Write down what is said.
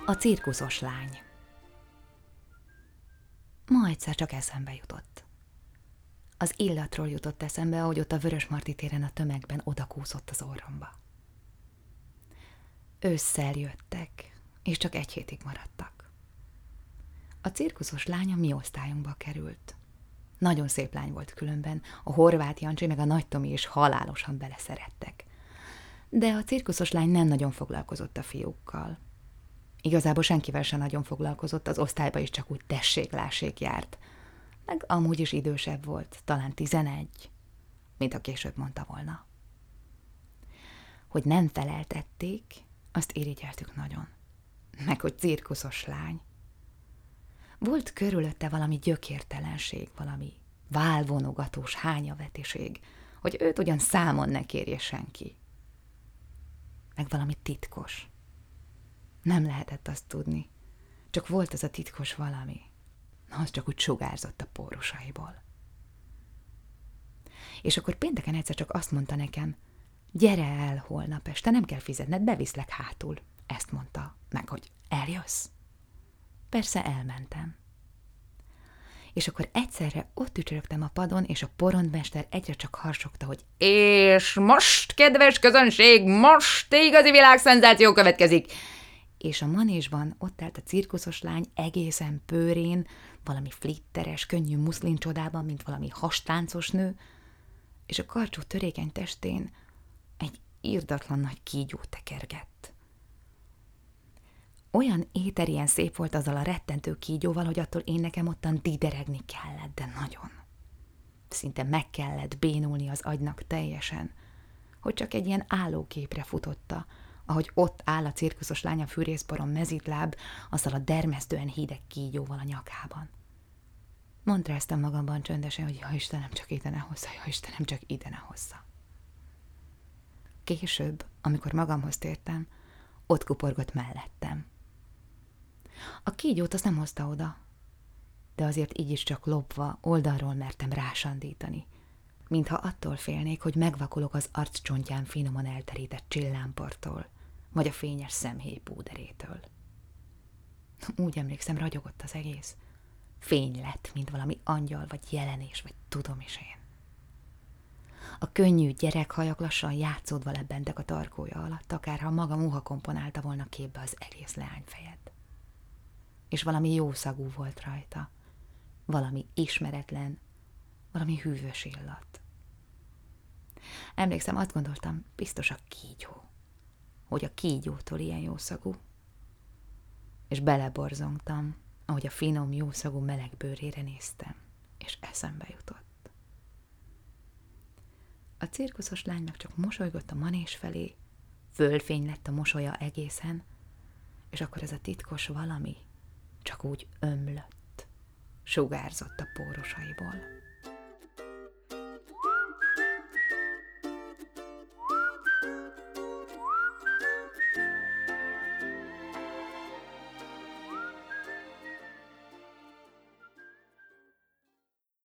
A cirkuszos lány. Ma egyszer csak eszembe jutott. Az illatról jutott eszembe, ahogy ott a Vörösmarty téren a tömegben odakúszott az orromba. Ősszel jöttek, és csak 1 hétig maradtak. A cirkuszos lány a mi osztályunkba került. Nagyon szép lány volt különben, a Horváth Jancsi meg a Nagy Tomi is halálosan beleszerettek. De a cirkuszos lány nem nagyon foglalkozott a fiúkkal. Igazából senkivel sem nagyon foglalkozott, az osztályba is csak úgy tessék-lássék járt. Meg amúgy is idősebb volt, talán 11, mint ha később mondta volna. Hogy nem feleltették, azt irigyeltük nagyon. Meg hogy cirkuszos lány. Volt körülötte valami gyökértelenség, valami válvonogatós hányavetiség, hogy őt ugyan számon ne kérje senki. Meg valami titkos. Nem lehetett azt tudni. Csak volt az a titkos valami. Az csak úgy sugárzott a pórusaiból. És akkor pénteken egyszer csak azt mondta nekem, gyere el holnap este, nem kell fizetned, beviszlek hátul. Ezt mondta, meg hogy eljössz. Persze elmentem. És akkor egyszerre ott ücsörögtem a padon, és a porondmester egyre csak harsogta, hogy és most, kedves közönség, most igazi világszenzáció következik. És a manésban ott állt a cirkuszos lány egészen pőrén, valami flitteres, könnyű muszlin csodában, mint valami hastáncos nő, és a karcsú törékeny testén egy irdatlan nagy kígyó tekergett. Olyan éterien szép volt azzal a rettentő kígyóval, hogy attól én nekem ottan dideregni kellett, de nagyon. Szinte meg kellett bénulni az agynak teljesen, hogy csak egy ilyen állóképre futotta, ahogy ott áll a cirkuszos lány a fűrészporon mezitláb, azzal a dermesztően hideg kígyóval a nyakában. Mondráztam magamban csöndesen, hogy ja Istenem, csak ide ne hozza, ja Istenem, csak ide ne hozza. Később, amikor magamhoz tértem, ott kuporgott mellettem. A kígyót azt nem hozta oda, de azért így is csak lopva oldalról mertem rásandítani, mintha attól félnék, hogy megvakulok az arccsontján finoman elterített csillámportól, vagy a fényes szemhéj púderétől. Úgy emlékszem, ragyogott az egész. Fény lett, mint valami angyal, vagy jelenés, vagy tudom is én. A könnyű gyerekhajak lassan játszódva lebbentek a tarkója alatt, akárha maga muha komponálta volna képbe az egész leányfejet. És valami jószagú volt rajta, valami ismeretlen, valami hűvös illat. Emlékszem, azt gondoltam, biztos a kígyó, hogy a kígyótól ilyen jószagú. És beleborzongtam, ahogy a finom, jószagú meleg bőrére néztem, és eszembe jutott. A cirkuszos lánynak csak mosolygott a manés felé, fölfény lett a mosolya egészen, és akkor ez a titkos valami csak úgy ömlött, sugárzott a pórusaiból.